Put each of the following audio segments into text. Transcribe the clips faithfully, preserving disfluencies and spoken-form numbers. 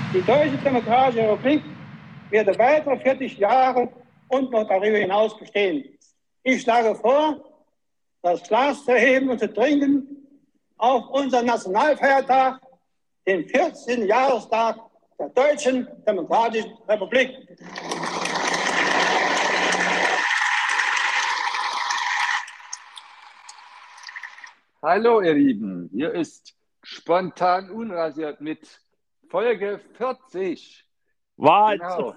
Die Deutsche Demokratische Republik wird weitere vierzig Jahre und noch darüber hinaus bestehen. Ich schlage vor, das Glas zu heben und zu trinken auf unseren Nationalfeiertag, den vierzehnten Jahrestag der Deutschen Demokratischen Republik. Hallo ihr Lieben, hier ist Spontan Unrasiert mit Folge vierzig. Was? Genau.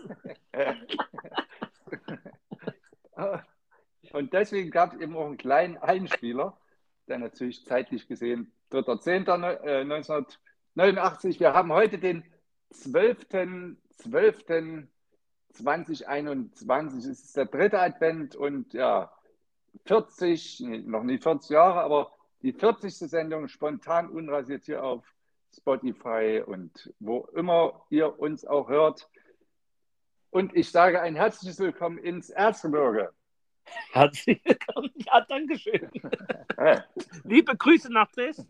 Und deswegen gab es eben auch einen kleinen Einspieler, der natürlich zeitlich gesehen dritter zehnter neunzehnhundertneunundachtzig. Wir haben heute den zwölften zwölften zweitausendeinundzwanzig. Es ist der dritte Advent und ja, vierzig, nee, noch nicht vierzig Jahre, aber die vierzigste Sendung Spontan Unrasiert hier auf Spotify und wo immer ihr uns auch hört. Und ich sage ein herzliches Willkommen ins Erzgebirge. Herzlich willkommen. Ja, danke schön. Liebe Grüße nach Dresden.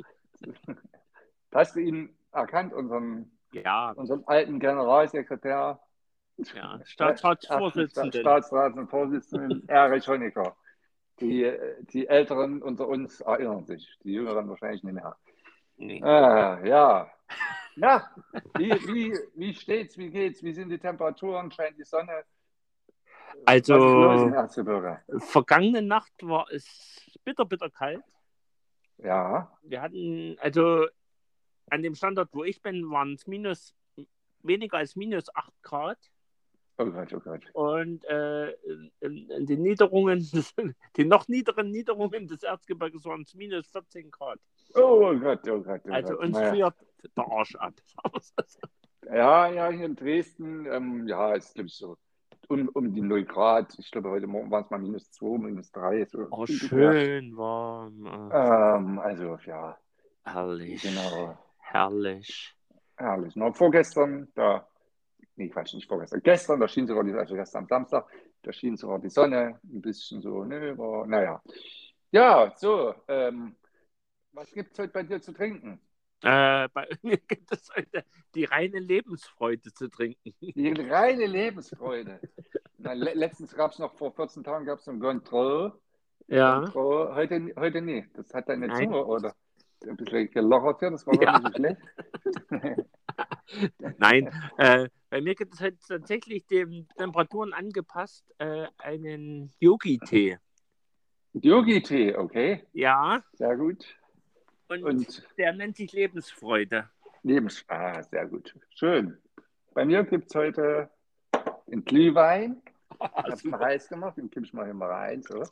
Hast du ihn erkannt, unseren, Ja. unseren alten Generalsekretär? Ja, Staatsratsvorsitzenden. Staatsratsvorsitzenden Erich Honecker. Die, die Älteren unter uns erinnern sich, die Jüngeren wahrscheinlich nicht mehr. Nee. Ah, ja. Na, wie, wie, wie steht's, wie geht's, wie sind die Temperaturen, scheint die Sonne? Also, was ist los im Erzgebirge? Vergangene Nacht war es bitter, bitter kalt. Ja. Wir hatten, also an dem Standort, wo ich bin, waren es minus, weniger als minus acht Grad. Oh Gott, oh Gott. Und äh, in, in den Niederungen, den noch niederen Niederungen des Erzgebirges waren es minus vierzehn Grad. Oh Gott, oh Gott, oh Also Gott. uns Naja. friert der Arsch ab. Ja, ja, hier in Dresden, ähm, ja, ist glaube ich so um, um die null Grad. Ich glaube, heute Morgen waren es mal minus zwei, minus drei. So Oh, schön warm. Ähm, also, ja. Herrlich. Genau. Herrlich. Herrlich. Noch vorgestern, da, nee, Quatsch, nicht vorgestern, gestern, da schien sogar die, also gestern am Samstag, da schien sogar die Sonne, ein bisschen so, ne, war, naja. Ja, so, ähm, was gibt es heute bei dir zu trinken? Äh, bei mir gibt es heute die reine Lebensfreude zu trinken. Die reine Lebensfreude. Na, le letztens gab es noch, vor vierzehn Tagen gab es ein Gontrol. Ja. Gontrol. Heute, heute nicht. Das hat deine Nein. Zunge oder ein bisschen gelockert hier, das war gar Ja. nicht so schlecht. Nein, äh, bei mir gibt es heute tatsächlich den Temperaturen angepasst äh, einen Yogi-Tee. Yogi-Tee, okay. Ja. Sehr gut. Und, Und der nennt sich Lebensfreude. Lebens ah, sehr gut. Schön. Bei mir gibt es heute einen Glühwein. Oh, Ich habe es mal heiß gemacht, den kippe ich mal hier mal rein. So.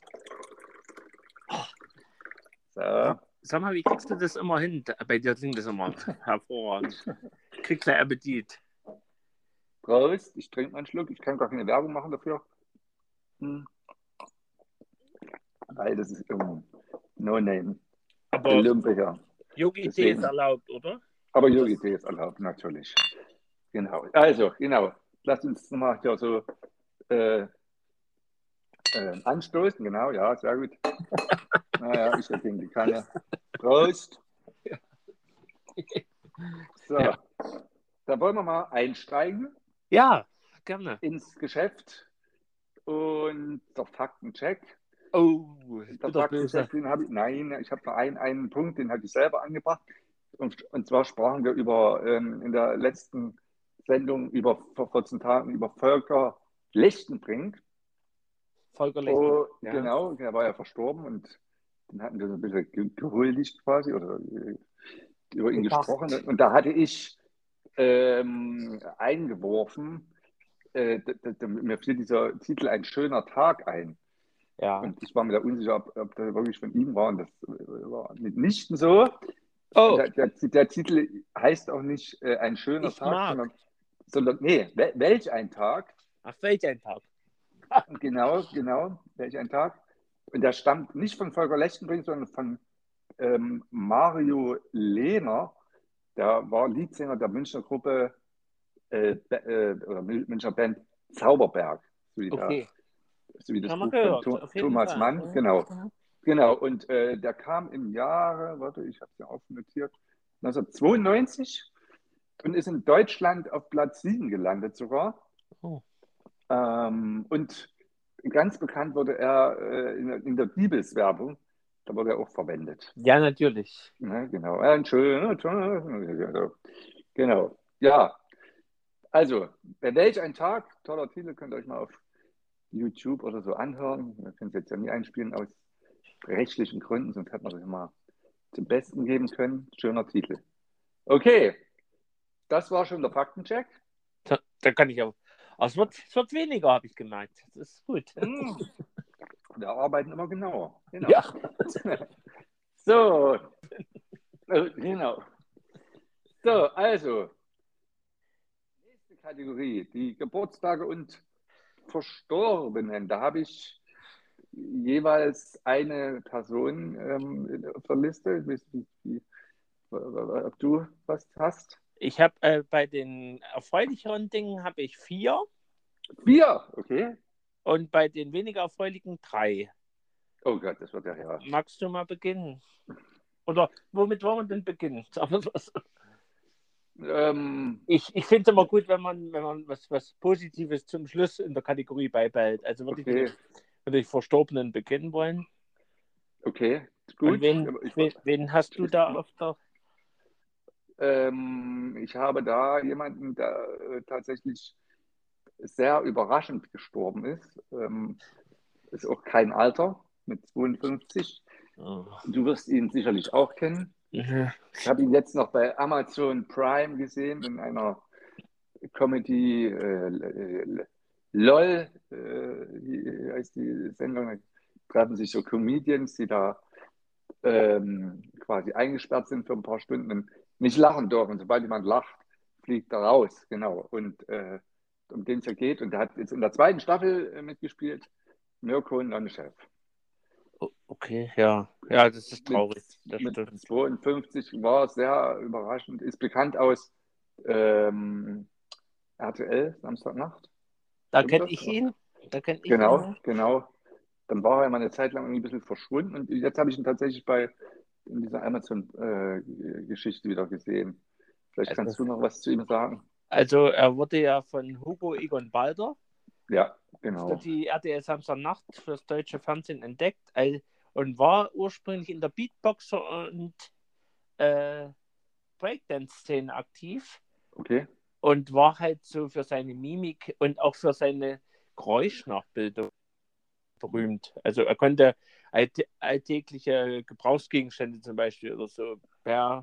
So. Sag mal, wie kriegst du das immer hin? Bei dir klingt das immer hervorragend. Ich krieg gleich Appetit. Prost, ich trinke mal einen Schluck. Ich kann gar keine Werbung machen dafür. Hm. Weil das ist um, no name. Aber Olympiker. Yogi-Tee ist erlaubt, oder? Aber Yogi-Tee ist erlaubt, natürlich. Genau. Also, genau. Lass uns nochmal hier so äh, äh, anstoßen. Genau, ja, sehr gut. Naja, ich hätte gegen die Kanne. Prost. So, Ja. da wollen wir mal einsteigen. Ja, gerne. Ins Geschäft und der Faktencheck. Oh, der Faktencheck, den habe ich, nein, ich habe nur einen, einen Punkt, den habe ich selber angebracht. Und, und zwar sprachen wir über ähm, in der letzten Sendung über vor vierzehn Tagen über Volker Lechtenbrink. Volker Lechtenbrink. Oh, ja. Genau, der war ja verstorben und den hatten wir so ein bisschen ge gehuldigt quasi oder äh, über ihn Gedacht. gesprochen. Und da hatte ich ähm, eingeworfen, äh, mir fiel dieser Titel Ein schöner Tag ein. Ja. Und ich war mir da unsicher, ob, ob das wirklich von ihm war. Und das war mitnichten so. Oh. Der, der, der Titel heißt auch nicht äh, Ein schöner Ich Tag, mag. sondern, sondern nee, wel, welch ein Tag. Ach, welch ein Tag. Genau, genau, welch ein Tag. Und der stammt nicht von Volker Lechtenbrink, sondern von ähm, Mario Lehner. Der war Leadsänger der Münchner Gruppe äh, äh, oder Münchner Band Zauberberg. So wie, Okay. der, so wie das Haben wir Buch gehört, von auf Tho jeden Thomas Fall. Mann. Ja. Genau. Ja. Genau. Und äh, der kam im Jahre, warte, ich habe es ja aufnotiert, neunzehnhundertzweiundneunzig und ist in Deutschland auf Platz sieben gelandet sogar. Oh. Ähm, und ganz bekannt wurde er äh, in, der- in der Diebes-Werbung. Da wurde er auch verwendet. Ja, natürlich. Ne, genau. Ein schöner Tag. Genau. Ja, also, bei welch ein Tag, toller Titel, könnt ihr euch mal auf YouTube oder so anhören. Wir können es jetzt ja nie einspielen aus rechtlichen Gründen, sonst hätten wir das mal zum Besten geben können. Schöner Titel. Okay, das war schon der Faktencheck. Da, da kann ich auch. Aber es wird, es wird weniger, habe ich gemerkt. Das ist gut. Hm, wir arbeiten immer genauer. Genau. Ja. So, äh, genau. So, also, nächste Kategorie, die Geburtstage und Verstorbenen. Da habe ich jeweils eine Person ähm, auf der Liste. Ich weiß nicht, wie, ob du was hast. Ich habe äh, bei den erfreulicheren Dingen habe ich vier Vier, okay. und bei den weniger erfreulichen drei. Oh Gott, das wird ja ja. Magst du mal beginnen? Oder womit wollen wir denn beginnen? Sagen wir so. Ähm, Ich, ich finde es immer gut, wenn man, wenn man was, was Positives zum Schluss in der Kategorie beibehält. Also würde okay, ich mit den, mit den Verstorbenen beginnen wollen. okay, Und gut. wen, Ich, wen, wen hast du ich, da auf der... ähm, ich habe da jemanden, der äh, tatsächlich sehr überraschend gestorben ist. Ähm, ist auch kein Alter, mit zweiundfünfzig. Oh. Du wirst ihn sicherlich auch kennen. Mhm. Ich habe ihn jetzt noch bei Amazon Prime gesehen in einer Comedy äh, LOL, äh, wie heißt die Sendung? Da treffen sich so Comedians, die da ähm, quasi eingesperrt sind für ein paar Stunden und nicht lachen dürfen. Sobald jemand lacht, fliegt er raus. Genau. Und äh, um den es ja geht. Und der hat jetzt in der zweiten Staffel äh, mitgespielt, Mirko Nonchef. Okay, ja. Ja, das ist Mit, traurig. Das mit stimmt. zweiundfünfzig war sehr überraschend, ist bekannt aus ähm, R T L, Samstagnacht. Da Stimmt kenne das? ich ihn. Da kenne ich Genau, ihn. genau. Dann war er mal eine Zeit lang irgendwie ein bisschen verschwunden und jetzt habe ich ihn tatsächlich bei in dieser Amazon-Geschichte wieder gesehen. Vielleicht Also, kannst du noch was zu ihm sagen? also er wurde ja von Hugo Egon Balder Ja, für genau. die R T L Samstagnacht fürs deutsche Fernsehen entdeckt äh, und war ursprünglich in der Beatboxer- und äh, Breakdance-Szene aktiv Okay. und war halt so für seine Mimik und auch für seine Geräuschnachbildung berühmt. Also er konnte alt, alltägliche Gebrauchsgegenstände zum Beispiel oder so per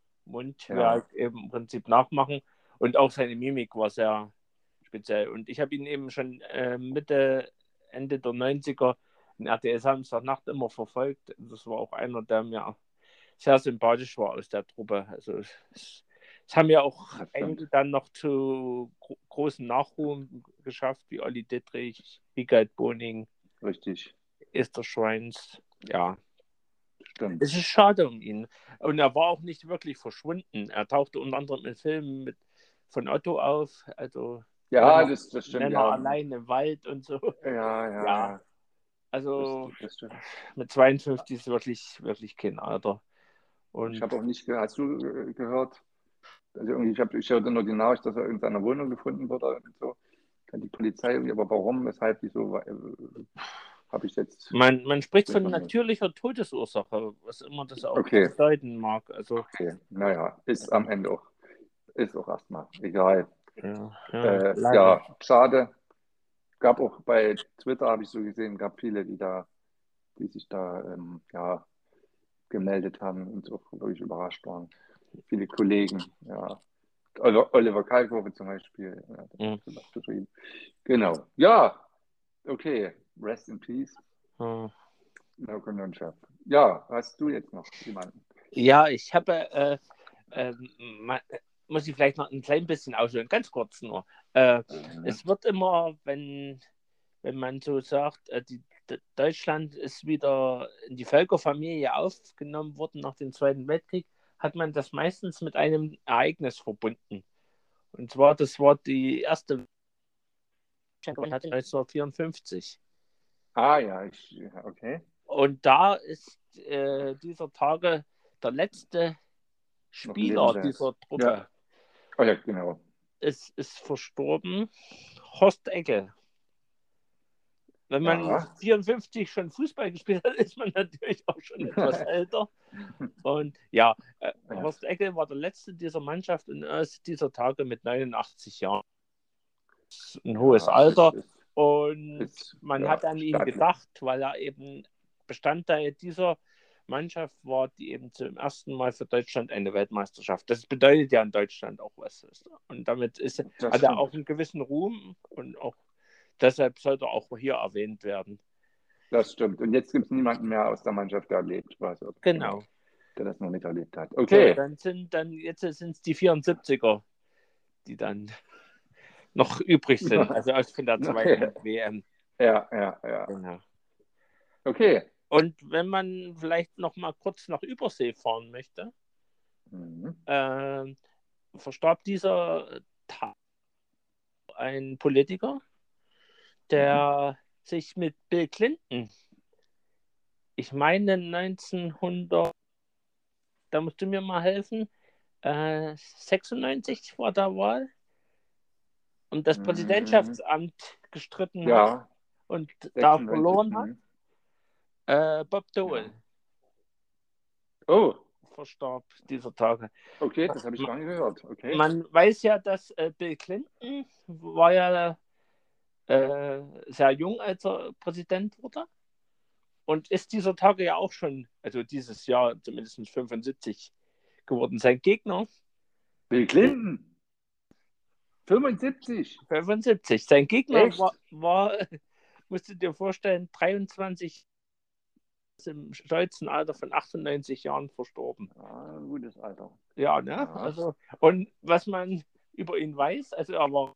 Ja, Mundwerk im Prinzip nachmachen und auch seine Mimik war sehr speziell. Und ich habe ihn eben schon äh, Mitte, Ende der neunziger in R T L Samstagnacht immer verfolgt. Das war auch einer, der mir sehr sympathisch war aus der Truppe. Also es, es haben ja auch das einige stimmt. dann noch zu gro großen Nachruhm geschafft, wie Olli Dittrich, Wiegald Boning, Richtig. Esther Schweins. Ja, Stimmt. es ist schade um ihn. Und er war auch nicht wirklich verschwunden. Er tauchte unter anderem in Filmen mit, von Otto auf, also Ja, Männer, das, das stimmt, Männer ja. allein im Wald und so. Ja, ja, Ja, ja. Das, also das stimmt. mit zweiundfünfzig ist wirklich, wirklich kein Alter. Ich Und habe auch nicht gehört, hast du äh, gehört? Also irgendwie, ich, hab, ich hörte nur die Nachricht, dass er in seiner Wohnung gefunden wurde und so. Dann die Polizei, irgendwie, aber warum, weshalb, wieso, äh, habe ich jetzt man, man spricht von informiert. natürlicher Todesursache, was immer das auch Okay, bedeuten mag. Also, okay. Naja, ist am Ende auch, ist auch erstmal egal. ja, ja, Äh, leider. ja, schade. Gab auch bei Twitter, habe ich so gesehen, gab viele, die da, die sich da ähm, ja, gemeldet haben und auch wirklich überrascht waren. Viele Kollegen, ja. Oliver Oliver Kalkofe zum Beispiel, ja, der Hm, hat was geschrieben. Genau. Ja, okay. Rest in peace. hm. No Chef. Ja, hast du jetzt noch jemanden? Ja, ich habe, äh, äh, ma- muss ich vielleicht noch ein klein bisschen ausholen, ganz kurz nur. Äh, Mhm. es wird immer, wenn, wenn man so sagt, äh, die, D- Deutschland ist wieder in die Völkerfamilie aufgenommen worden nach dem Zweiten Weltkrieg, hat man das meistens mit einem Ereignis verbunden. Und zwar, das war die erste neunzehnhundertvierundfünfzig. Ah ja, ich, ja, okay. Und da ist äh, dieser Tage der letzte Noch Spieler lebende. dieser Ja, Truppe. Oh ja, genau. Es ist verstorben Horst Eckel. Wenn man Ja. vierundfünfzig schon Fußball gespielt hat, ist man natürlich auch schon etwas älter. Und ja, äh, Ja. Horst Eckel war der letzte dieser Mannschaft und er ist dieser Tage mit neunundachtzig Jahren. Das ist ein hohes Ja, Alter. das ist, Und ist, man ja, hat an ihn stattlich. gedacht, weil er eben Bestandteil dieser Mannschaft war, die eben zum ersten Mal für Deutschland eine Weltmeisterschaft. Das bedeutet ja in Deutschland auch was. Und damit ist, Das hat er stimmt. auch einen gewissen Ruhm und auch deshalb sollte er auch hier erwähnt werden. Das stimmt. Und jetzt gibt es niemanden mehr aus der Mannschaft, der lebt, was, Genau. der das noch miterlebt hat. So, Okay. dann sind dann jetzt sind es die vierundsiebziger, die dann noch übrig sind, also aus von der zweiten Okay. W M. Ja, ja, ja. Genau. Okay. Und wenn man vielleicht noch mal kurz nach Übersee fahren möchte, Mhm. äh, verstarb dieser Tag ein Politiker, der mhm. sich mit Bill Clinton, ich meine neunzehnhundert, da musst du mir mal helfen, äh, sechsundneunzig war der Wahl, um das Mhm. Präsidentschaftsamt gestritten Ja. hat und sechsundneunzig. da verloren hat. Mhm. Äh, Bob Dole. Ja. Oh. Verstarb dieser Tage. Okay, das habe ich gar nicht gehört. Okay. Man weiß ja, dass äh, Bill Clinton war ja äh, sehr jung, als er Präsident wurde. Und ist dieser Tage ja auch schon, also dieses Jahr zumindest fünfundsiebzig geworden. Sein Gegner. Bill Clinton? fünfundsiebzig? fünfundsiebzig. Sein Gegner Echt? war, war, musst du dir vorstellen, dreiundzwanzig, im stolzen Alter von achtundneunzig Jahren verstorben. Ah, ein gutes Alter. Ja, ne? Ja. Also, und was man über ihn weiß, also er war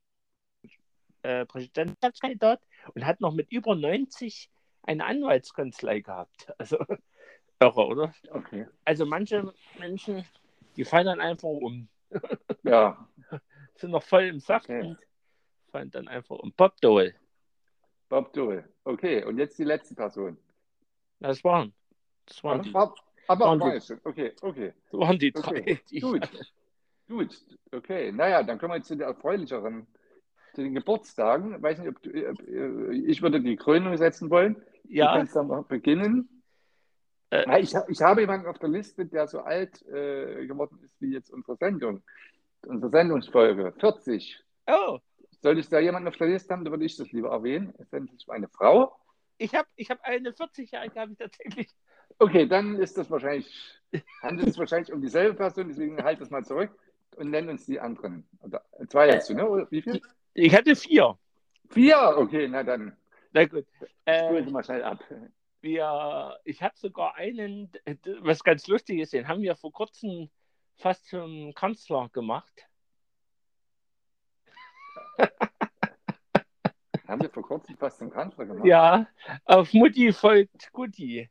äh, Präsidentschaftskandidat und hat noch mit über neunzig eine Anwaltskanzlei gehabt. Also, irre, oder? Okay. Also manche Menschen, die fallen dann einfach um. Ja. Sind noch voll im Saft Okay. und fallen dann einfach um. Bob Dole. Bob Dole. Okay, und jetzt die letzte Person. Das waren, das waren die. Aber, aber waren war die, es schon. Okay, okay. das waren die drei. Okay. Die, Gut. Gut. Okay. Naja, dann kommen wir jetzt zu den erfreulicheren, zu den Geburtstagen. Ich weiß nicht, ob du, ich würde die Krönung setzen wollen. Ja. Du kannst dann mal beginnen. Äh, ich, ich habe jemanden auf der Liste, der so alt äh, geworden ist wie jetzt unsere Sendung. Unsere Sendungsfolge. vierzig. Oh. Soll ich da jemanden auf der Liste haben, dann würde ich das lieber erwähnen. Es ist endlich eine Frau. Ich habe ich hab eine vierzig-Jährige, habe ich tatsächlich. Okay, dann ist das wahrscheinlich, handelt es wahrscheinlich um dieselbe Person, deswegen halt das mal zurück und nenn uns die anderen. Oder, zwei hast du, ne? Oder wie viel? Ich hatte vier. Vier? Okay, na dann. Na gut. Spul Äh, mal schnell ab. wir, ich habe sogar einen, was ganz lustig ist, den haben wir vor kurzem fast zum Kanzler gemacht. Haben wir vor kurzem fast zum Kanzler gemacht? Ja, auf Mutti folgt Gutti.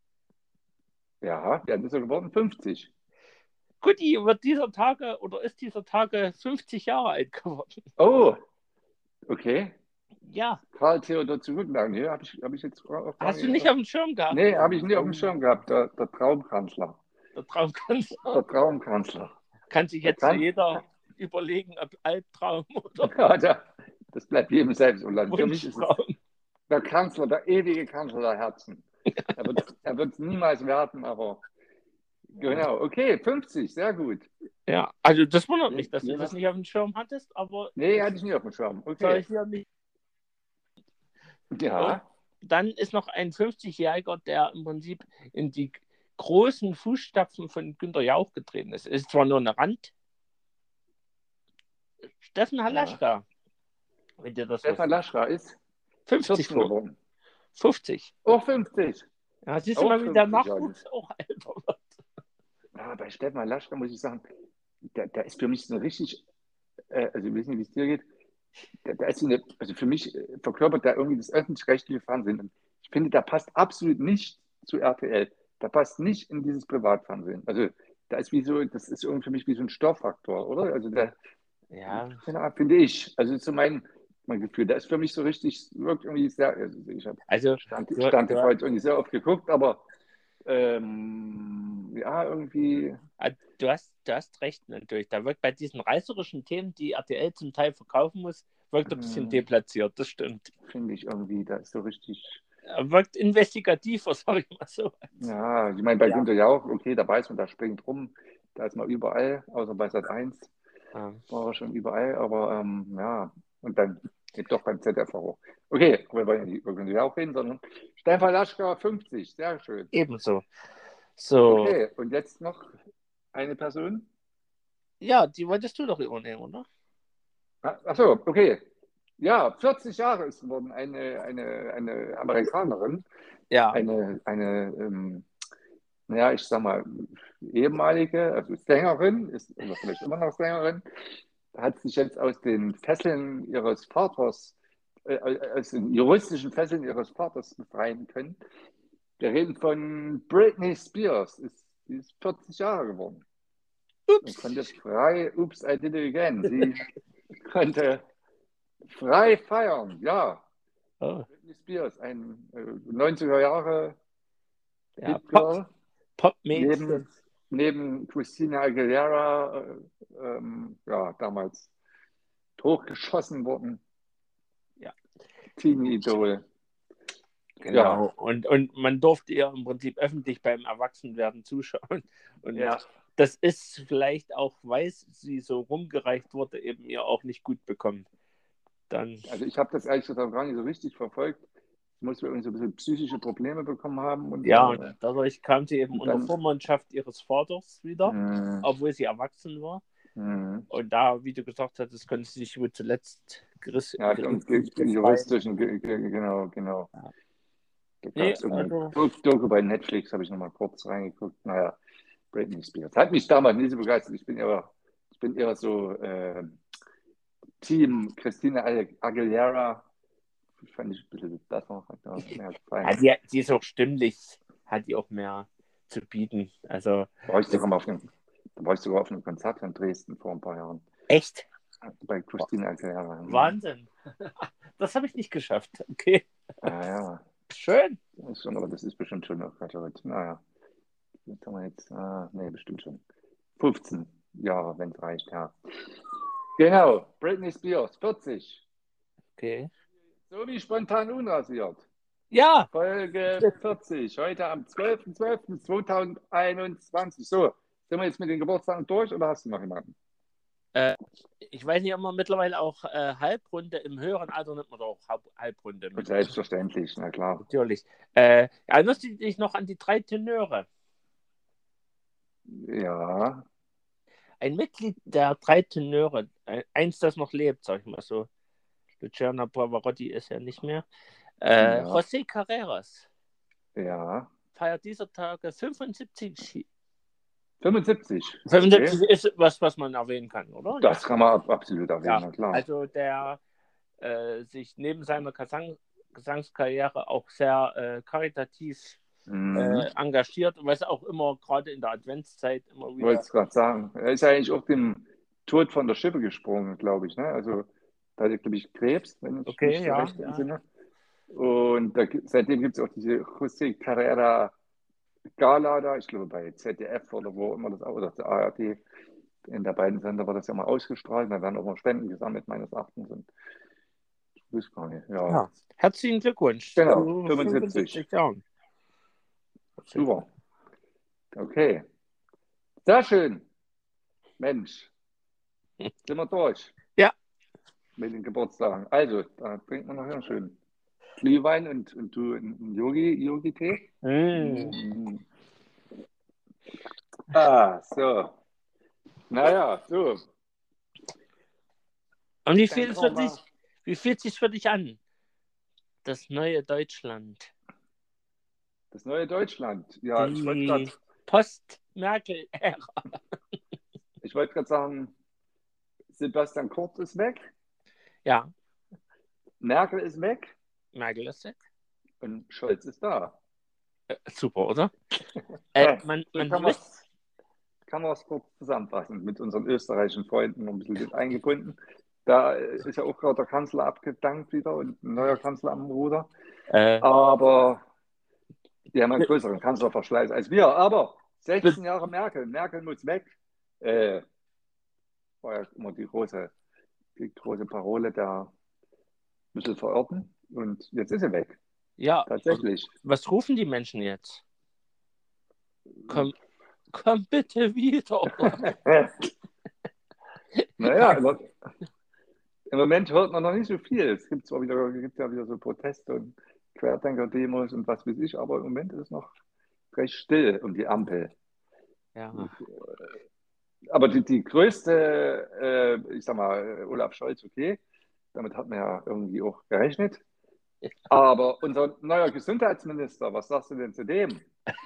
Ja, der ist ja geworden fünfzig. Gutti wird dieser Tage oder ist dieser Tage fünfzig Jahre alt geworden. Oh, okay. Ja. Karl Theodor zu Guttenberg. Nee, habe ich, hab ich jetzt auch Hast du nicht auf dem Schirm gehabt? Nee, habe ich nie auf dem Schirm gehabt. Der, der Traumkanzler. Der Traumkanzler. Der Traumkanzler. Kann sich jetzt kann... jeder überlegen, ob Albtraum oder. Ja, der, das bleibt jedem selbst. Und dann für mich ist es der Kanzler, der ewige Kanzler der Herzen. Er wird, er wird niemals werden, aber genau. Okay, fünfzig, sehr gut. Ja, also das wundert mich, dass nee, du das nicht auf dem Schirm hattest, aber. Nee, hatte ich nie auf dem Schirm. Okay. Ich hier nicht. Ja. Und dann ist noch ein fünfzigjähriger, der im Prinzip in die großen Fußstapfen von Günter Jauch getreten ist. Ist zwar nur eine Rand. Steffen Halaschka. Ja. Wenn dir das Steffen Halaschka ist fünfzig geworden. fünfzig. Oh, fünfzig. Ja, siehst du auch mal, wie der Nachwuchs ja. auch älter wird. Ja, bei Steffen Halaschka muss ich sagen, der, der ist für mich so richtig, äh, also ich weiß nicht, wie es dir geht, der, der ist eine, also für mich verkörpert der irgendwie das öffentlich-rechtliche Fernsehen. Und ich finde, der passt absolut nicht zu R T L. Der passt nicht in dieses Privatfernsehen. Also da ist wie so, das ist irgendwie für mich wie so ein Störfaktor, oder? Also der, ja, ja finde ich. Also das ist so mein, mein Gefühl. Der ist für mich so richtig, wirkt irgendwie sehr, also ich habe also, Stand, Stand heute irgendwie sehr oft geguckt, aber ähm, ja, irgendwie, Ah, Du hast, du hast recht natürlich. Da wirkt bei diesen reißerischen Themen, die R T L zum Teil verkaufen muss, wirkt er ein bisschen hm, deplatziert, das stimmt. finde ich irgendwie, da ist so richtig, Er wirkt investigativer, sag ich mal so. ja, ich meine, bei Ja. Günther Jauch, okay, da weiß man, da springt rum, da ist man überall, außer bei Sat eins Ja. war er schon überall, aber ähm, ja, und dann geht doch beim Z D F auch. Okay, aber wir wollen ja nicht über Günther Jauch reden, sondern Stefan Laschka, fünfzig, sehr schön. Ebenso. So, Okay, und jetzt noch eine Person? ja, die wolltest du doch übernehmen, oder? Achso, okay. Ja, vierzig Jahre ist geworden eine, eine, eine Amerikanerin, Ja. eine, eine ähm, naja, ich sag mal, ehemalige, also Sängerin, ist oder vielleicht immer noch Sängerin, hat sich jetzt aus den Fesseln ihres Vaters, äh, aus den juristischen Fesseln ihres Vaters befreien können. Wir reden von Britney Spears, ist, die ist vierzig Jahre geworden. Und konnte Ups. frei, ups, I did it again. Sie konnte frei feiern, ja. Oh, Britney Spears, ein äh, neunziger Jahre ja, Hit Pop, Girl, Pop-Mädchen. neben, neben Christina Aguilera, äh, ähm, ja, damals hochgeschossen worden. Ja. Teenie-Idol. Genau. Ja, Und, und man durfte ihr im Prinzip öffentlich beim Erwachsenwerden zuschauen. Und ja. das ist vielleicht auch, weil sie so rumgereicht wurde, eben ihr auch nicht gut bekommen. Dann, Also ich habe das ehrlich gesagt gar nicht so richtig verfolgt. Ich muss irgendwie so ein bisschen psychische Probleme bekommen haben. Und ja, so. und dadurch kam sie eben Und unter dann- Vormundschaft ihres Vaters wieder, Hm, obwohl sie erwachsen war. hm. Und da, wie du gesagt hast, konnte sie sich wohl zuletzt geriss, Ja, und gerichtlich befreien. juristischen, ge- ge- genau, genau. Ja. Da gab Nee, es irgendeine also, Doku bei Netflix, habe ich nochmal kurz reingeguckt. Naja, Britney Spears. Hat mich damals nicht so begeistert. Ich bin eher, ich bin eher so äh, Team Christina Aguilera. Fand ich ein bisschen besser. Hat mir mehr gefallen. ja, die, die ist auch stimmlich, hat die auch mehr zu bieten. Also, Da war ich sogar mal auf einem, da war ich sogar auf einem Konzert in Dresden vor ein paar Jahren. echt Bei Christina Aguilera. Wahnsinn. Das habe ich nicht geschafft. Okay, Ah, ja. schön. Das ist schon, aber das ist bestimmt schon noch Kategorie. Naja. Was haben wir jetzt? Ah, nee, bestimmt schon. fünfzehn Jahre, wenn es reicht, ja. Genau, Britney Spears, vierzig. Okay. So wie spontan unrasiert. Ja, Folge vierzig, heute am zwölfter zwölfter zweitausendeinundzwanzig. So, sind wir jetzt mit den Geburtstagen durch oder hast du noch jemanden? äh, ich weiß nicht, ob man mittlerweile auch äh, Halbrunde im höheren Alter nimmt man doch auch Halb- Halbrunde mit. Selbstverständlich, na klar. Natürlich. Äh, erinnerst du dich noch an die drei Tenöre? Ja, Ein Mitglied der drei Tenöre, äh, eins, das noch lebt, sag ich mal so. Luciano Pavarotti ist ja nicht mehr. Äh, Ja. José Carreras ja. feiert dieser Tage fünfundsiebzig. fünfundsiebzig. fünfundsiebzig Okay. ist was, was man erwähnen kann, oder? Das kann man ab- absolut erwähnen, Ja, na klar. also der äh, sich neben seiner Gesang Gesangskarriere auch sehr äh, karitativ Mhm. äh, engagiert und was auch immer gerade in der Adventszeit immer Ich wieder. wollte es gerade sagen. Er ist ja eigentlich auch dem Tod von der Schippe gesprungen, glaube ich. Ne? Also da hat er, glaube ich, Krebs, wenn ich Okay, mich so ja, recht ja. entsinne. Und da, gi- seitdem gibt es auch diese José Carrera Gala da, ich glaube bei Z D F oder wo immer das auch, oder der A R D, in der beiden Sender war das ja mal ausgestrahlt. Da werden auch mal Spenden gesammelt, meines Erachtens. Und ich weiß gar nicht, ja. Ja. Herzlichen Glückwunsch Genau, zu fünfundsiebzig. fünfundsiebzig Jahren. Super. Okay. Sehr schön. Mensch. Sind wir durch? Ja. Mit den Geburtstagen. Also, da trinkt man nachher schön Glühwein und, und du einen Yogi, Yogi-Tee. Mm. Mm. Ah, so. Naja, so. Und wie Dann fühlt es kommen für wir- dich, wie fühlt sich für dich an? Das neue Deutschland. Das neue Deutschland. Ja, ich wollte Die gerade Post-Merkel-Ära. ich wollte gerade sagen, Sebastian Kurz ist weg, Ja, Merkel ist weg Merkel ist weg. und Scholz ist da. Äh, super, oder? Äh, man So man kann muss, man's- kann man es kurz zusammenfassen mit unseren österreichischen Freunden noch ein bisschen mit eingebunden. Da ist ja auch gerade der Kanzler abgedankt wieder und ein neuer Kanzler am Ruder. äh, Aber Die haben einen größeren Kanzlerverschleiß als wir. Aber sechzehn Jahre Merkel, Merkel muss weg. Äh, war ja immer die große, die große Parole der Mittelverirrten. Und jetzt ist sie weg. Ja, Tatsächlich. was rufen die Menschen jetzt? Komm, komm bitte wieder. Naja, im, im Moment hört man noch nicht so viel. Es gibt zwar wieder, gibt ja wieder so Proteste und Querdenker-Demos und was weiß ich, aber im Moment ist es noch recht still um die Ampel. Ja. Aber die, die größte, äh, ich sag mal, Olaf Scholz, okay, damit hat man ja irgendwie auch gerechnet. Aber unser neuer Gesundheitsminister, was sagst du denn zu dem?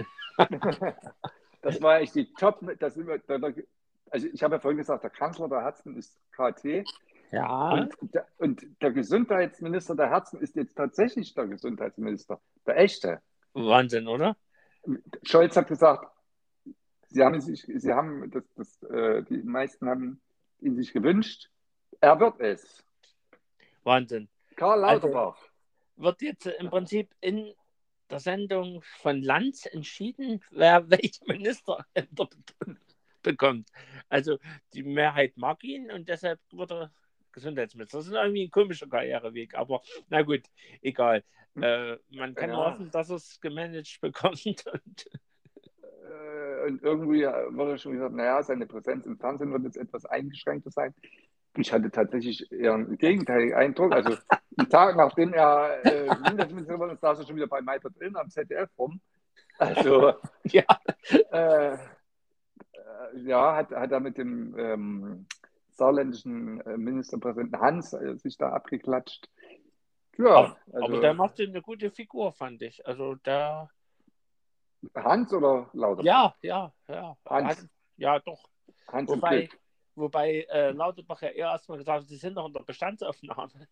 Das war echt die Top, das immer, also ich habe ja vorhin gesagt, der Kanzler der Herzen ist K T. Ja. Und der, und der Gesundheitsminister der Herzen ist jetzt tatsächlich der Gesundheitsminister, der echte. Wahnsinn, oder? Scholz hat gesagt, sie haben sich, sie haben, das, das, äh, die meisten haben ihn sich gewünscht. Er wird es. Wahnsinn. Karl Lauterbach. Also wird jetzt im Prinzip in der Sendung von Lanz entschieden, wer welche Minister bekommt. Also die Mehrheit mag ihn und deshalb wird er Gesundheitsminister. Das ist irgendwie ein komischer Karriereweg, aber na gut, egal. Äh, man kann Ja. nur hoffen, dass er es gemanagt bekommt. Und, äh, und irgendwie wurde schon gesagt, naja, seine Präsenz im Fernsehen wird jetzt etwas eingeschränkter sein. Ich hatte tatsächlich eher einen gegenteiligen Eindruck. Also einen Tag nachdem er äh, Gesundheitsminister wurde, saß er schon wieder bei Maybrit Illner am Z D F rum. Also ja, äh, äh, ja hat, hat er mit dem ähm, saarländischen äh, Ministerpräsidenten Hans äh, sich da abgeklatscht. Ja, aber, also, aber der machte eine gute Figur, fand ich. Also der. Hans oder Lauterbach? Ja, ja, ja. Hans. Hans, ja, doch. Hans Wobei, wobei äh, Lauterbach ja eher erstmal gesagt hat, sie sind noch in der Bestandsaufnahme.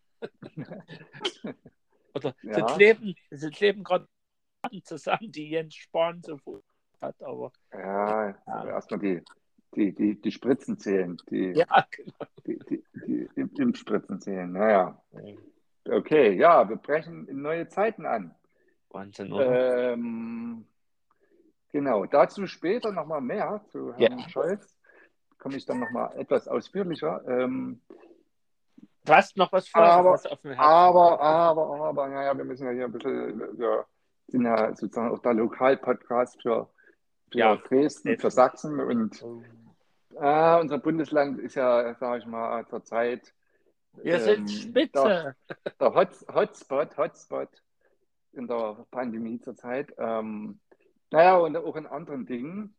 Oder Ja. sie kleben, sie kleben gerade zusammen, die Jens Spahn so hat, aber. Ja, Ja. erstmal die, die, die, die Spritzen zählen, die, Ja, genau. die, die, die Im- Impfspritzen zählen. Naja. Okay, ja, wir brechen in neue Zeiten an. Wahnsinn, oder? Ähm, genau, dazu später nochmal mehr zu Herrn Ja. Scholz. Komme ich dann nochmal etwas ausführlicher. Ähm, Du hast noch was vor, aber, was auf dem Herzen. aber, aber, aber, naja, wir müssen ja hier ein bisschen, wir sind ja sozusagen auch der Lokalpodcast für, für Ja, Dresden, für Sachsen und Oh. äh, unser Bundesland ist ja, sage ich mal, zurzeit Wir ähm, sind Spitze. der, der Hot, Hotspot, Hotspot in der Pandemie zurzeit. Ähm, naja, und auch in anderen Dingen.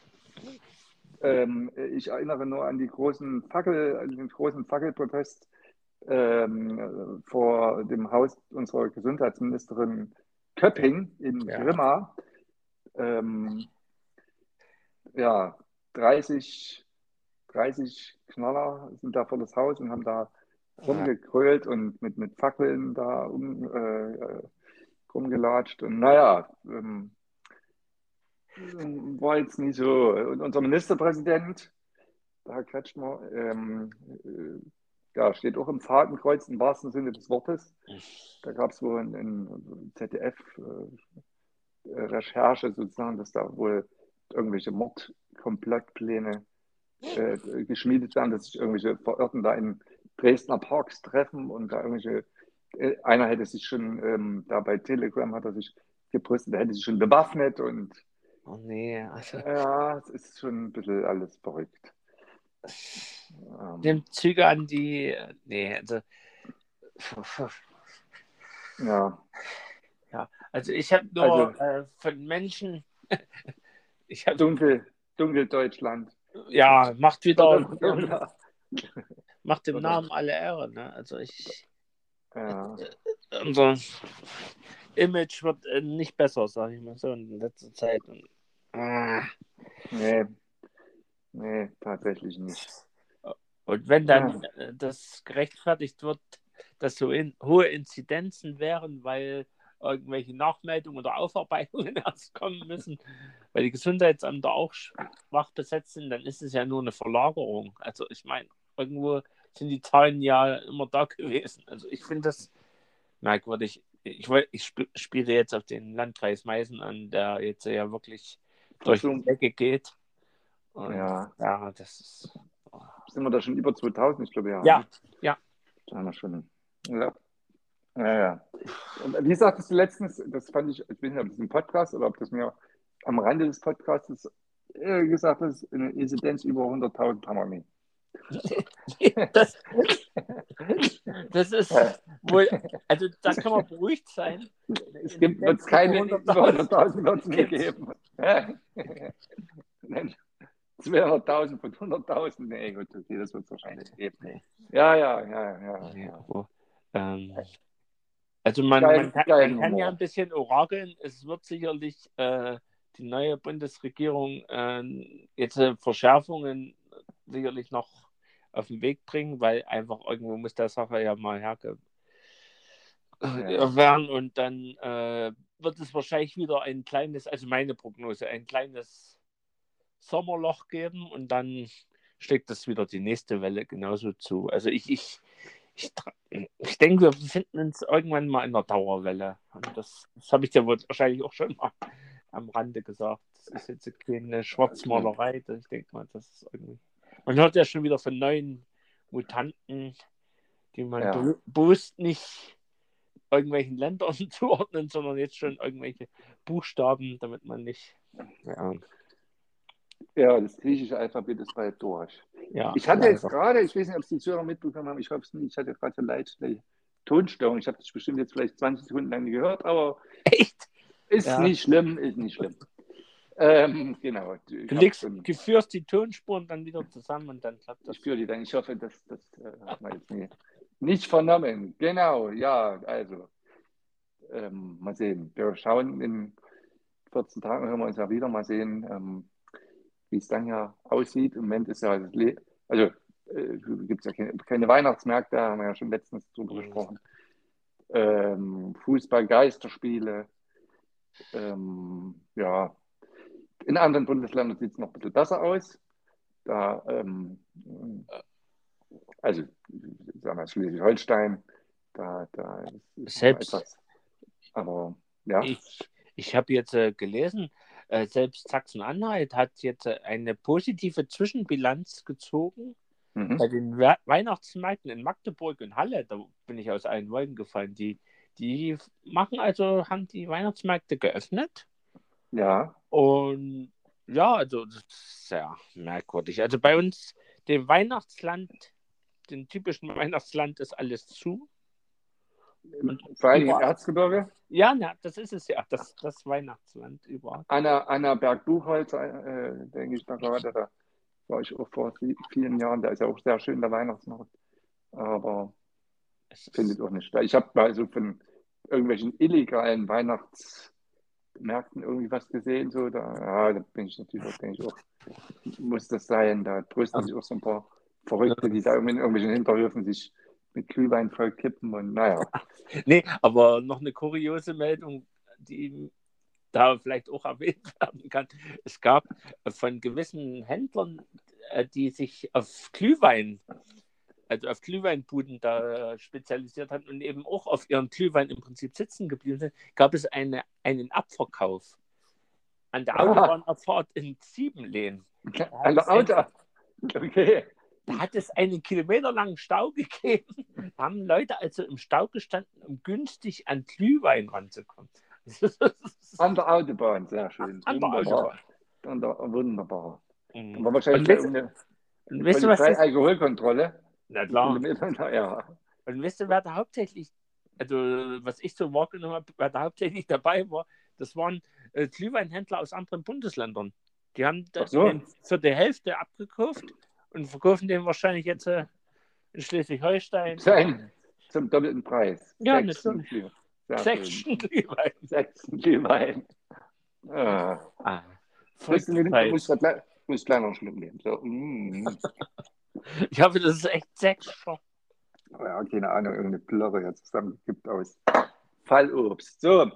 Ähm, ich erinnere nur an die großen Fackel, an den großen Fackelprotest ähm, vor dem Haus unserer Gesundheitsministerin Köpping in Ja. Grimma. Ähm, ja, dreißig, dreißig Knaller sind da vor das Haus und haben da rumgekrölt und mit, mit Fackeln da um, äh, rumgelatscht. Und naja, ähm, war jetzt nicht so. Und unser Ministerpräsident, der Herr Kretschmer, ähm, äh, ja, steht auch im Fadenkreuz im wahrsten Sinne des Wortes. Da gab es wohl ein, ein Z D F-Recherche äh, sozusagen, dass da wohl irgendwelche Mordkomplottpläne äh, geschmiedet werden, dass sich irgendwelche Verirrten da in Dresdner Parks treffen und da irgendwelche, äh, einer hätte sich schon, ähm, da bei Telegram hat er sich gepostet, der hätte sich schon bewaffnet und Oh nee, also. ja, es ist schon ein bisschen alles verrückt. Nimmt Züge an, die. Nee, also. Ja. Ja, also ich habe nur Also, äh, von Menschen. ich hab, dunkel, dunkel Deutschland. Ja, macht wieder. Oder, macht dem oder, Namen alle Ehre, ne? Also ich. ja. Unser Image wird äh, nicht besser, sage ich mal so, in letzter Zeit. Und, ah. Nee, nee, tatsächlich nicht. Und wenn dann Ja. äh, das gerechtfertigt wird, dass so in, hohe Inzidenzen wären, weil irgendwelche Nachmeldungen oder Aufarbeitungen erst kommen müssen, weil die Gesundheitsämter auch schwach besetzt sind, dann ist es ja nur eine Verlagerung. Also ich meine, irgendwo sind die Zahlen ja immer da gewesen. Also ich finde das merkwürdig. ich, wollt, ich sp spiele jetzt auf den Landkreis Meißen an, der jetzt ja wirklich durch so. die Decke geht. Und ja. ja, das ist. Oh. Sind wir da schon über zweitausend, ich glaube, ja. Ja, ja. Da haben wir schon. Ja. Ja, ja. Und wie sagtest du letztens, das fand ich, ich weiß nicht, ob das im Podcast oder ob das mir am Rande des Podcasts äh, gesagt hast, eine Inzidenz über hunderttausend haben wir nicht. Das, das ist wohl, also da kann man beruhigt sein. Es gibt wird es keine hunderttausend wird es nie geben. zweihunderttausend von hunderttausend, nee, gut, okay, das wird es wahrscheinlich geben. Nee. Ja, ja, ja, ja. Ja, ja. aber, ähm, also man, Geil, man, kann, geil man kann ja Humor. ein bisschen orakeln. Es wird sicherlich äh, die neue Bundesregierung äh, jetzt äh, Verschärfungen sicherlich noch auf den Weg bringen, weil einfach irgendwo muss der Sache ja mal herge Ja. werden und dann äh, wird es wahrscheinlich wieder ein kleines, also meine Prognose, ein kleines Sommerloch geben und dann schlägt das wieder die nächste Welle genauso zu. Also ich, ich, ich, ich denke, wir befinden uns irgendwann mal in einer Dauerwelle. Und das, das habe ich dir wohl wahrscheinlich auch schon mal am Rande gesagt. Das ist jetzt keine Schwarzmalerei. Ich denke mal, das ist irgendwie. Man hört ja schon wieder von neuen Mutanten, die man Ja. be bewusst nicht irgendwelchen Ländern zuordnen, sondern jetzt schon irgendwelche Buchstaben, damit man nicht. Ja, Ja, das griechische Alphabet ist bald durch. ja, Ich hatte jetzt leider. gerade, ich weiß nicht, ob es die Zuhörer mitbekommen haben, ich hoffe es nicht, ich hatte gerade leicht eine Tonstörung. Ich habe das bestimmt jetzt vielleicht zwanzig Sekunden lang gehört, aber Echt? ist Ja. nicht schlimm, ist nicht schlimm. Ähm, genau. Ich, Du, legst, schon, du führst die Tonspuren dann wieder zusammen und dann klappt das. ich führe die dann. Ich hoffe, das, das äh, hat man jetzt nie, nicht vernommen. Genau, ja, also ähm, mal sehen. Wir schauen in vierzehn Tagen, hören wir uns ja wieder, mal sehen, ähm, wie es dann ja aussieht. Im Moment ist ja, das Le also äh, gibt es ja keine, keine Weihnachtsmärkte, haben wir ja schon letztens drüber Mhm. gesprochen. Ähm, Fußball, Geisterspiele, ähm, ja. In anderen Bundesländern sieht es noch ein bisschen besser aus. Da, ähm, also, sagen wir Schleswig-Holstein, da, da ist Selbst, etwas, aber ja. ich, ich habe jetzt äh, gelesen, äh, selbst Sachsen-Anhalt hat jetzt äh, eine positive Zwischenbilanz gezogen Mhm. bei den We Weihnachtsmärkten in Magdeburg und Halle. Da bin ich aus allen Wolken gefallen. Die, die machen also, haben die Weihnachtsmärkte geöffnet. Ja. Und ja, also das ist sehr merkwürdig. Also bei uns, dem Weihnachtsland, dem typischen Weihnachtsland, ist alles zu. Und vor allem im überall, Erzgebirge. ja, na, das ist es ja, das, das Weihnachtsland überall. Anna, Anna Berg-Buchholz, äh, denke ich da gerade, da war ich auch vor vielen Jahren, da ist ja auch sehr schön der Weihnachtsmarkt, aber Es ist, findet auch nicht statt. Ich habe mal so von irgendwelchen illegalen Weihnachtsmärkten irgendwie was gesehen, so, da, ja, da bin ich natürlich auch, denke ich auch, muss das sein, da trösten sich auch so ein paar Verrückte, die da in irgendwelchen Hinterhöfen sich mit Glühwein voll kippen und naja. nee, aber noch eine kuriose Meldung, die da vielleicht auch erwähnt werden kann. Es gab von gewissen Händlern, die sich auf Glühwein, also auf Glühweinbuden da spezialisiert hatten und eben auch auf ihren Glühwein im Prinzip sitzen geblieben sind, gab es eine, einen Abverkauf an der Autobahnabfahrt in Siebenlehn. An der Auto? Okay. Da hat es einen kilometerlangen Stau gegeben. Da haben Leute also im Stau gestanden, um günstig an Glühwein ranzukommen. An der Autobahn, sehr schön. An der Autobahn. An der, wunderbar. Mhm. Da war wahrscheinlich Und weißt, eine, und eine weißt du, was das, Polizei-Alkoholkontrolle. na klar. Ja. Und weißt du, wer da hauptsächlich, also was ich so wahrgenommen habe, wer da hauptsächlich dabei war, das waren äh, Glühweinhändler aus anderen Bundesländern. Die haben Ach so. den für die Hälfte abgekauft und verkaufen den wahrscheinlich jetzt äh, in Schleswig-Holstein. Sein, zum doppelten Preis. Ja, Sechsten natürlich. Glühwein. Sechsten Glühwein. Sechsten Glühwein. Ah. Ah, Muss ich gleich noch einen Schluck nehmen. So. Mm. Ich hoffe, das ist echt Sechscher. Ja, keine Ahnung, irgendeine Plörre jetzt zusammengekippt aus Fallobst. So.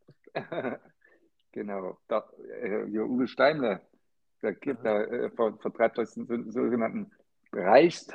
Genau. Da, äh, Uwe Steimle, der, gibt, der äh, vertreibt das so, sogenannten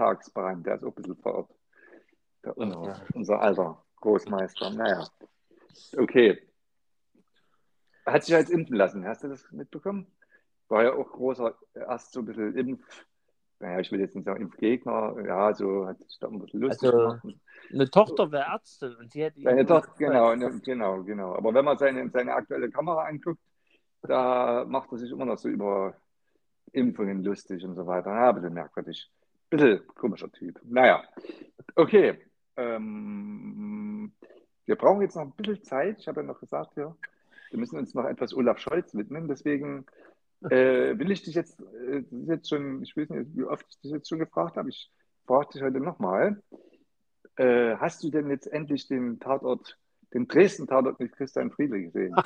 Reichstagsbrand, der ist auch ein bisschen verortet. Der, unser, unser alter Großmeister. Naja. Okay. Hat sich jetzt impfen lassen. Hast du das mitbekommen? War ja auch großer, erst so ein bisschen Impf, naja, ich will jetzt nicht sagen Impfgegner, ja, so hat sich da ein bisschen lustig Also, gemacht. eine Tochter wäre Ärztin und sie hätte ihn Seine Tochter, überzeugt. genau, genau, genau. Aber wenn man seine, seine aktuelle Kamera anguckt, da macht er sich immer noch so über Impfungen lustig und so weiter. Ja, ein bisschen merkwürdig. Ein bisschen komischer Typ. Naja, okay. Ähm, wir brauchen jetzt noch ein bisschen Zeit. Ich habe ja noch gesagt, ja, wir müssen uns noch etwas Olaf Scholz widmen. Deswegen äh, will ich dich jetzt, äh, das ist jetzt schon, ich weiß nicht, wie oft ich dich jetzt schon gefragt habe. Ich frage dich heute nochmal. Äh, hast du denn jetzt endlich den Tatort, den Dresden-Tatort mit Christian Friedl gesehen?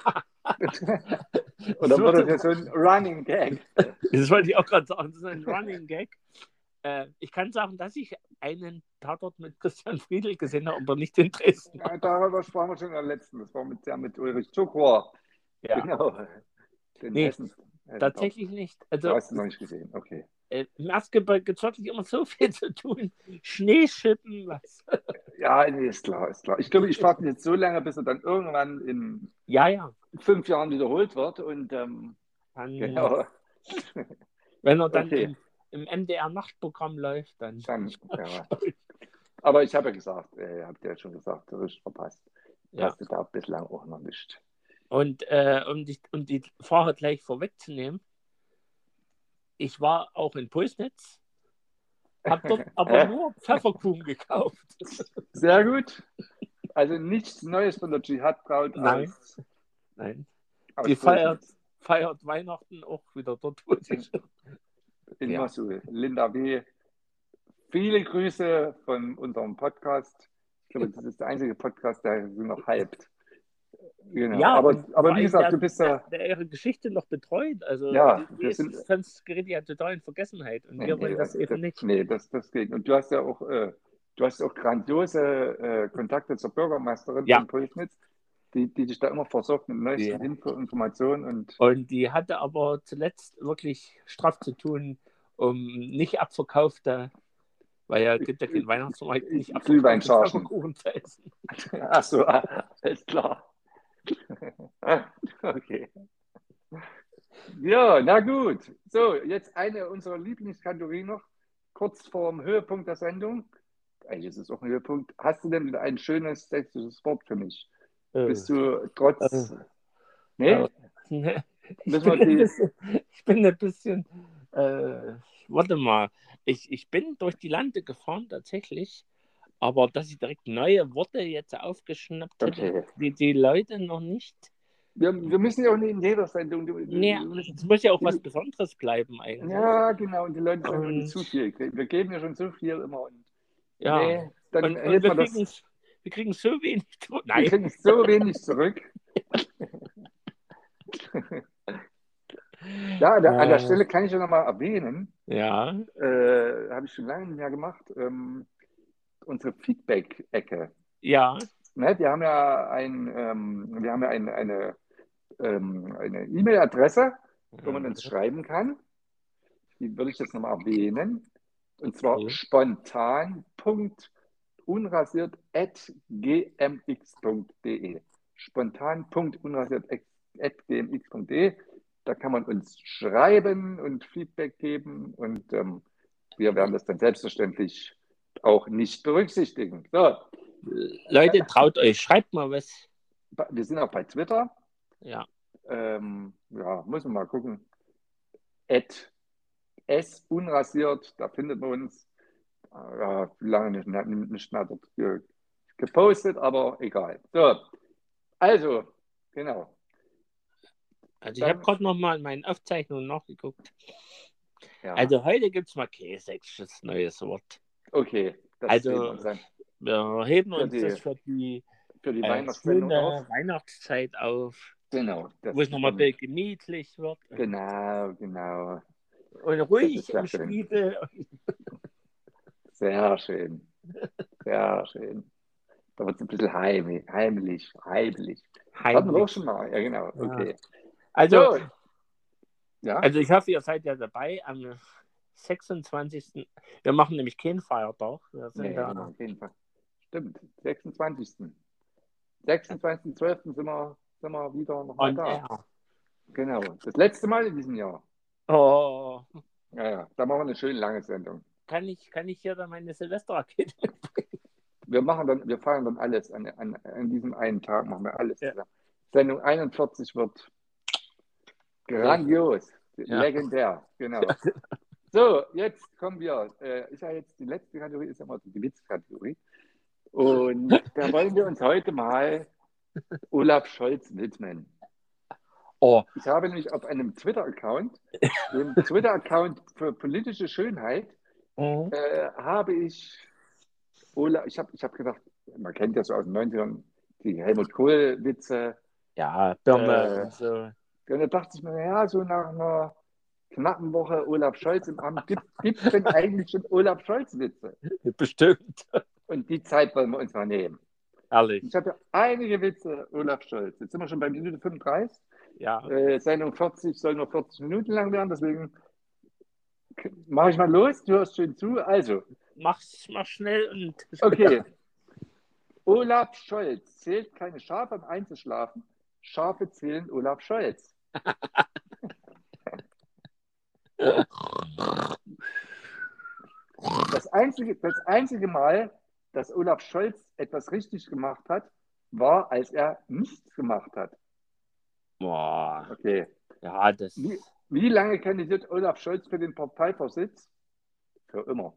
Oder wurde das ja so ein Running Gag? Das wollte ich auch gerade sagen, das ist ein Running Gag. Äh, ich kann sagen, dass ich einen Tatort mit Christian Friedl gesehen habe, aber nicht in Dresden. Ja, darüber sprachen wir schon in der letzten. Das war mit, ja, mit Ulrich Zucker. Ja. Genau. Den Nee, Hessen, Hessen tatsächlich nicht. Du Also, hast ihn noch nicht gesehen, okay. äh, im Erzgebirge gibt es wirklich immer so viel zu tun. Schneeschippen, was. Ja, nee, ist klar, ist klar. Ich glaube, ich frage jetzt so lange, bis er dann irgendwann in Ja, ja. fünf Jahren wiederholt wird. Und ähm, Dann, genau. wenn er dann Okay. im, im M D R-Nachtprogramm läuft, dann. Dann, ja. Aber ich habe ja gesagt, äh, habt ihr ja schon gesagt, du hast verpasst. Du Ja. hast da bislang auch noch nicht. Und äh, um, die, um die Frage gleich vorwegzunehmen, ich war auch in Pulsnitz, habe dort aber nur Pfefferkuchen gekauft. Sehr gut. Also nichts Neues von der Dschihad-Braut Nein. aus. Nein. aus Die feiert, Pulsnitz. feiert Weihnachten auch wieder dort, wo sie In, ist. in Ja. Mossul. Linda W. Viele Grüße von unserem Podcast. Ich glaube, das ist der einzige Podcast, der sie noch hypt. Genau. Ja, aber, und aber vor wie allem gesagt, der, du bist der, ja. der ihre Geschichte noch betreut. Also Ja, die, die wir ist, sind. sonst gerät die ja total in Vergessenheit. Und Nee, wir nee, wollen das also eben das, nicht. nee, das, das geht. Und du hast ja auch, äh, du hast auch grandiose äh, Kontakte zur Bürgermeisterin Ja. von Pulsnitz, die, die dich da immer versorgt mit neuesten Ja. Info, Informationen und. Und die hatte aber zuletzt wirklich straff zu tun, um nicht abverkaufte, weil ja gibt ja keinen Weihnachtsmarkt, nicht abverkaufte Glühweinchargen. Pfefferkuchen zu essen. Ach so, alles klar. Okay. Ja, na gut. So, jetzt eine unserer Lieblingskategorien noch, kurz vorm Höhepunkt der Sendung. Eigentlich ist es auch ein Höhepunkt. Hast du denn wieder ein schönes sächsisches Wort für mich? Äh, Bist du trotz. äh, Nee? äh, nee. Ich, Müssen wir bin ein die. bisschen, ich bin ein bisschen, äh, warte mal, ich, ich bin durch die Lande gefahren tatsächlich, aber dass ich direkt neue Worte jetzt aufgeschnappt hätte, Okay. die die Leute noch nicht. Wir, wir müssen ja auch nicht in jeder Sendung. Die, die, Nee, müssen, es muss ja auch die, was Besonderes bleiben eigentlich. Ja, genau. Und die Leute sollen auch nicht Und, zu viel kriegen. Wir geben ja schon so viel immer. Und, ja. Nee, dann Und, und hält wir, man das. kriegen, wir kriegen so wenig. Wir Nein. kriegen so wenig zurück. Ja, da, an der Stelle kann ich ja nochmal erwähnen, Ja. äh, habe ich schon lange nicht mehr gemacht, ähm, unsere Feedback-Ecke. Ja. Ne, wir haben ja, ein, ähm, wir haben ja ein, eine ähm, eine E-Mail-Adresse, wo man uns schreiben kann. Die würde ich jetzt nochmal erwähnen. Und zwar Okay. spontan punkt unrasiert at g m x punkt d e. spontan punkt unrasiert at g m x punkt d e. Da kann man uns schreiben und Feedback geben und ähm, wir werden das dann selbstverständlich auch nicht berücksichtigen. So. Leute, traut euch, schreibt mal was. Wir sind auch bei Twitter. Ja. Ähm, ja, muss man mal gucken. At s unrasiert, da findet man uns. Ja, lange nicht, nicht mehr dort gepostet, aber egal. So, also, genau. Also ich habe Dann, gerade noch mal in meinen Aufzeichnungen nachgeguckt. ja, Also heute gibt es mal kein sächsisches neues Wort. okay, das Also heben wir uns dann wir heben für uns die, das für die, für die äh, Weihnachtssendung schöne auf. Weihnachtszeit auf, Genau. Das wo es nochmal stimmt. gemütlich wird. Genau, genau. Und Das ruhig ist sehr im schön. Spiegel. Sehr schön. Sehr schön. Da wird es ein bisschen heimlich, heimlich, heimlich. Hatten wir auch schon mal. Ja, genau. Okay. Also, So. Ja. also ich hoffe, ihr seid ja dabei am sechsundzwanzigsten Wir machen nämlich keinen Feiertag. Wir sind Nee, da. auf jeden Fall. Stimmt. sechsundzwanzigsten sechsundzwanzigsten zwölften sind wir, sind wir wieder nochmal On da. air. Genau. Das letzte Mal in diesem Jahr. Oh. Ja, ja. Da machen wir eine schöne lange Sendung. Kann ich, kann ich hier dann meine Silvesterrakete mitbringen? Wir machen dann, wir feiern dann alles. An, an, an diesem einen Tag machen wir alles Ja. zusammen. Sendung einundvierzig wird grandios. Ja. Legendär. Genau. So, jetzt kommen wir. Äh, ist ja jetzt die letzte Kategorie, ist ja mal die Witzkategorie. Und da wollen wir uns heute mal Olaf Scholz widmen. Oh. Ich habe nämlich auf einem Twitter-Account, dem Twitter-Account für politische Schönheit, Mhm. äh, habe ich Olaf, ich habe ich hab gedacht, man kennt ja so aus den neunzigern die Helmut Kohl-Witze. Ja, Birne Äh, und so. Und da dachte ich mir, ja, so nach einer knappen Woche Olaf Scholz im Amt, gibt es denn eigentlich schon Olaf Scholz-Witze? Bestimmt. Und die Zeit wollen wir uns mal nehmen. Ehrlich. Ich habe ja einige Witze, Olaf Scholz. Jetzt sind wir schon bei Minute fünfunddreißig. Ja. Äh, Sendung vierzig soll nur vierzig Minuten lang werden, deswegen mache ich mal los. Du hörst schön zu. Also, Mach's mal schnell und. okay. Olaf Scholz zählt keine Schafe am Einzuschlafen. Schafe zählen Olaf Scholz. Das einzige, das einzige Mal, dass Olaf Scholz etwas richtig gemacht hat, war, als er nichts gemacht hat. Boah. Okay. Ja, das. Wie, wie lange kandidiert Olaf Scholz für den Parteivorsitz? Für immer.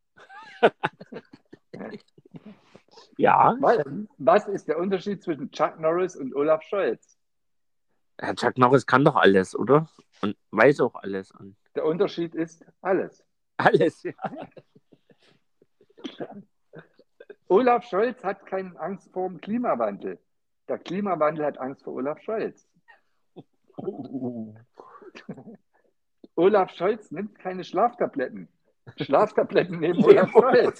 Ja. Was, was ist der Unterschied zwischen Chuck Norris und Olaf Scholz? Herr Chuck Norris kann doch alles, oder? Und weiß auch alles. Und Der Unterschied ist alles. alles, ja. Olaf Scholz hat keine Angst vor dem Klimawandel. Der Klimawandel hat Angst vor Olaf Scholz. Uh. Olaf Scholz nimmt keine Schlaftabletten. Schlaftabletten nehmen Olaf Scholz.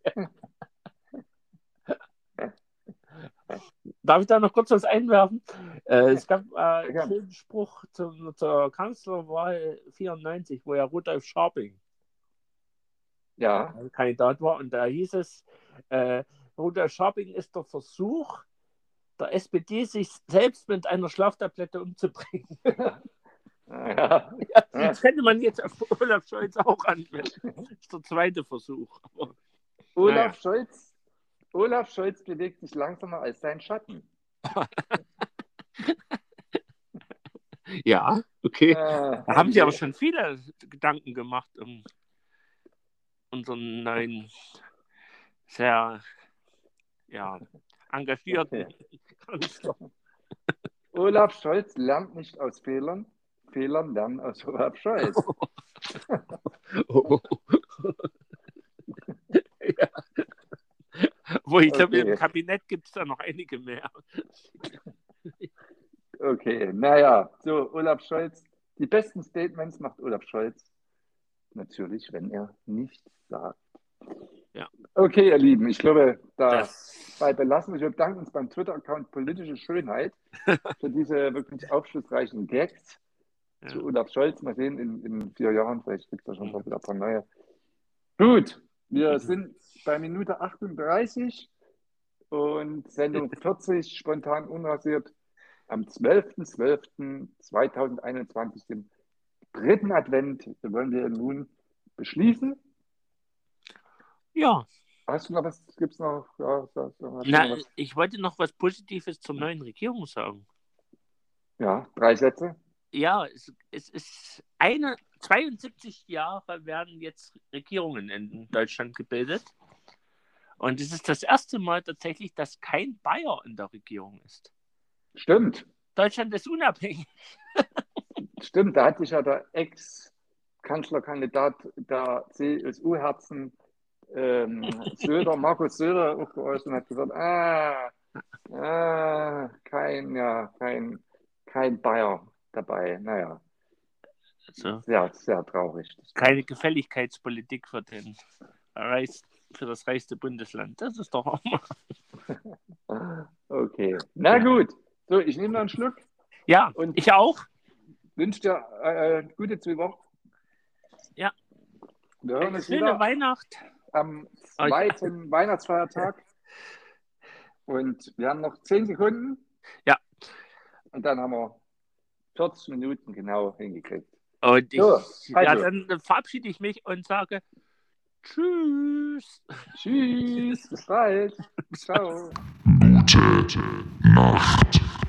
Darf ich da noch kurz was einwerfen? Äh, es gab äh, einen schönen Spruch zum, zur Kanzlerwahl vierundneunzig, wo ja Rudolf Scharping ja. Kandidat war. Und da hieß es, äh, Rudolf Scharping ist der Versuch der S P D, sich selbst mit einer Schlaftablette umzubringen. Ja. Ja, das könnte man jetzt auf Olaf Scholz auch anwenden. Das ist der zweite Versuch. Aber, Olaf, naja. Scholz, Olaf Scholz bewegt sich langsamer als sein Schatten. Ja, okay. Äh, da haben okay. Sie aber schon viele Gedanken gemacht um unseren neuen, sehr ja, engagierten okay. Kanzler. Olaf Scholz lernt nicht aus Fehlern, Fehlern lernen aus Olaf Scholz. Oh. Ja. Wo ich glaube, Okay. im Kabinett gibt es da noch einige mehr. Okay, naja, so Olaf Scholz, die besten Statements macht Olaf Scholz natürlich, wenn er nichts sagt. Ja. Okay, ihr Lieben, ich glaube, Das- dabei belassen wir. Wir bedanken uns beim Twitter-Account Politische Schönheit für diese wirklich aufschlussreichen Gags Ja. zu Olaf Scholz. Mal sehen, in, in vier Jahren, vielleicht gibt es da schon Mhm. wieder ein paar neue. Gut, wir Mhm. sind bei Minute achtunddreißig und Sendung vierzig, spontan unrasiert, am zwölften zwölften zweitausendeinundzwanzig, dem dritten Advent, wollen wir nun beschließen. Ja. Hast du noch was? Gibt es noch? Ja, hast du noch Na, was? ich wollte noch was Positives zur neuen Regierung sagen. Ja, drei Sätze. Ja, es, es ist eine, zweiundsiebzig Jahre werden jetzt Regierungen in Deutschland gebildet. Und es ist das erste Mal tatsächlich, dass kein Bayer in der Regierung ist. Stimmt, Deutschland ist unabhängig. stimmt. Da hat sich ja der Ex-Kanzlerkandidat der C S U-Herzen ähm, Söder, Markus Söder, auch geäußert und hat gesagt, ah, ah, kein, ja, kein, kein Bayer dabei. Naja, Also, sehr, sehr traurig. keine Gefälligkeitspolitik für, den Reichs, für das reichste Bundesland. Das ist doch auch mal. Okay, na gut. So, ich nehme noch einen Schluck. Ja, Und ich auch. wünsche dir äh, gute zwei Wochen. Ja. Wir hören Eine uns schöne wieder Weihnacht. am zweiten Weihnachtsfeiertag. Und wir haben noch zehn Sekunden. Ja. Und dann haben wir vierzig Minuten genau hingekriegt. Und ich, So, ja, also. dann verabschiede ich mich und sage Tschüss. Tschüss, bis bald. Ciao. Gute Nacht.